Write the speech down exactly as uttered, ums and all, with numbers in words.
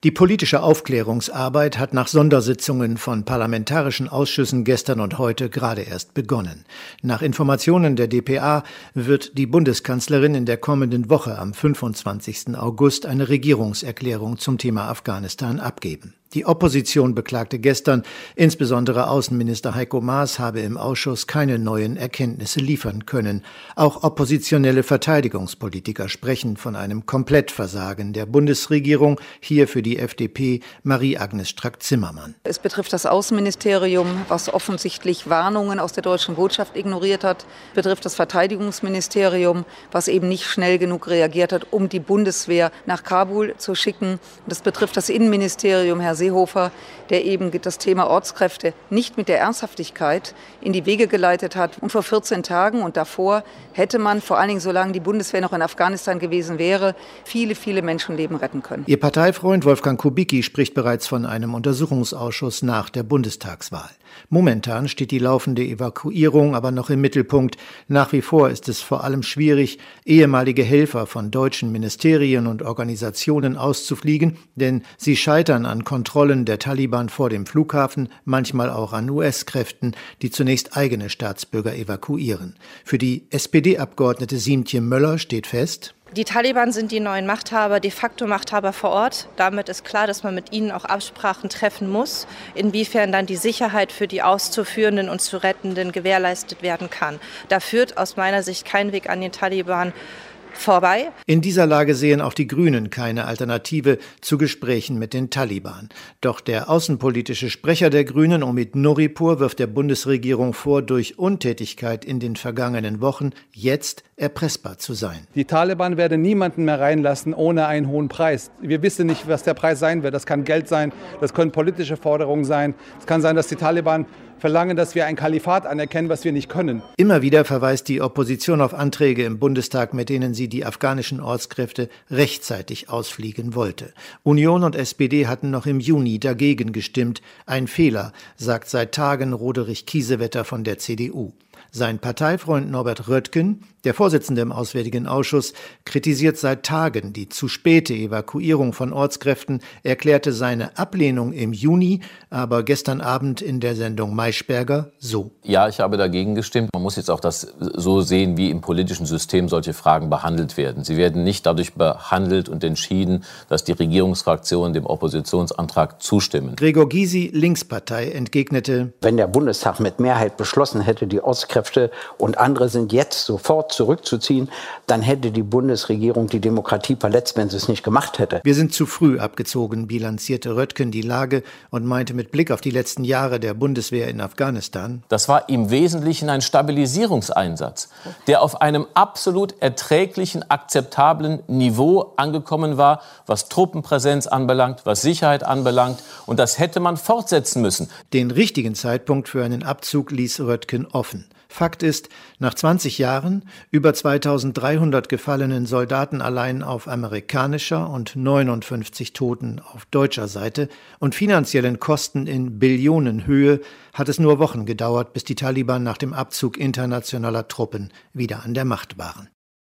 Die politische Aufklärungsarbeit hat nach Sondersitzungen von parlamentarischen Ausschüssen gestern und heute gerade erst begonnen. Nach Informationen der D P A wird die Bundeskanzlerin in der kommenden Woche am fünfundzwanzigsten August eine Regierungserklärung zum Thema Afghanistan abgeben. Die Opposition beklagte gestern, insbesondere Außenminister Heiko Maas habe im Ausschuss keine neuen Erkenntnisse liefern können. Auch oppositionelle Verteidigungspolitiker sprechen von einem Komplettversagen der Bundesregierung, hier für die F D P Marie-Agnes Strack-Zimmermann. Es betrifft das Außenministerium, was offensichtlich Warnungen aus der deutschen Botschaft ignoriert hat. Es betrifft das Verteidigungsministerium, was eben nicht schnell genug reagiert hat, um die Bundeswehr nach Kabul zu schicken. Und es betrifft das Innenministerium, Herr Seehofer, der eben das Thema Ortskräfte nicht mit der Ernsthaftigkeit in die Wege geleitet hat. Und vor vierzehn Tagen und davor hätte man, vor allen Dingen solange die Bundeswehr noch in Afghanistan gewesen wäre, viele, viele Menschenleben retten können. Ihr Parteifreund Wolfgang Kubicki spricht bereits von einem Untersuchungsausschuss nach der Bundestagswahl. Momentan steht die laufende Evakuierung aber noch im Mittelpunkt. Nach wie vor ist es vor allem schwierig, ehemalige Helfer von deutschen Ministerien und Organisationen auszufliegen, denn sie scheitern an Kontrollen der Taliban vor dem Flughafen, manchmal auch an U S-Kräften, die zunächst eigene Staatsbürger evakuieren. Für die S P D-Abgeordnete Siemtje Möller steht fest: Die Taliban sind die neuen Machthaber, de facto Machthaber vor Ort. Damit ist klar, dass man mit ihnen auch Absprachen treffen muss, inwiefern dann die Sicherheit für die Auszuführenden und zu Rettenden gewährleistet werden kann. Da führt aus meiner Sicht kein Weg an den Taliban vorbei. In dieser Lage sehen auch die Grünen keine Alternative zu Gesprächen mit den Taliban. Doch der außenpolitische Sprecher der Grünen, Omid Nuripur, wirft der Bundesregierung vor, durch Untätigkeit in den vergangenen Wochen jetzt erpressbar zu sein. Die Taliban werden niemanden mehr reinlassen ohne einen hohen Preis. Wir wissen nicht, was der Preis sein wird. Das kann Geld sein, das können politische Forderungen sein. Es kann sein, dass die Taliban verlangen, dass wir ein Kalifat anerkennen, was wir nicht können. Immer wieder verweist die Opposition auf Anträge im Bundestag, mit denen sie die afghanischen Ortskräfte rechtzeitig ausfliegen wollte. Union und S P D hatten noch im Juni dagegen gestimmt. Ein Fehler, sagt seit Tagen Roderich Kiesewetter von der C D U. Sein Parteifreund Norbert Röttgen, der Vorsitzende im Auswärtigen Ausschuss, kritisiert seit Tagen die zu späte Evakuierung von Ortskräften, erklärte seine Ablehnung im Juni, aber gestern Abend in der Sendung Maischberger so: Ja, ich habe dagegen gestimmt. Man muss jetzt auch das so sehen, wie im politischen System solche Fragen behandelt werden. Sie werden nicht dadurch behandelt und entschieden, dass die Regierungsfraktionen dem Oppositionsantrag zustimmen. Gregor Gysi, Linkspartei, entgegnete: Wenn der Bundestag mit Mehrheit beschlossen hätte, die Ortskräfte und andere sind jetzt sofort zurückzuziehen, dann hätte die Bundesregierung die Demokratie verletzt, wenn sie es nicht gemacht hätte. Wir sind zu früh abgezogen, bilanzierte Röttgen die Lage und meinte mit Blick auf die letzten Jahre der Bundeswehr in Afghanistan: Das war im Wesentlichen ein Stabilisierungseinsatz, der auf einem absolut erträglichen, akzeptablen Niveau angekommen war, was Truppenpräsenz anbelangt, was Sicherheit anbelangt. Und das hätte man fortsetzen müssen. Den richtigen Zeitpunkt für einen Abzug ließ Röttgen offen. Fakt ist, nach zwanzig Jahren, über zweitausenddreihundert gefallenen Soldaten allein auf amerikanischer und neunundfünfzig Toten auf deutscher Seite und finanziellen Kosten in Billionenhöhe hat es nur Wochen gedauert, bis die Taliban nach dem Abzug internationaler Truppen wieder an der Macht waren.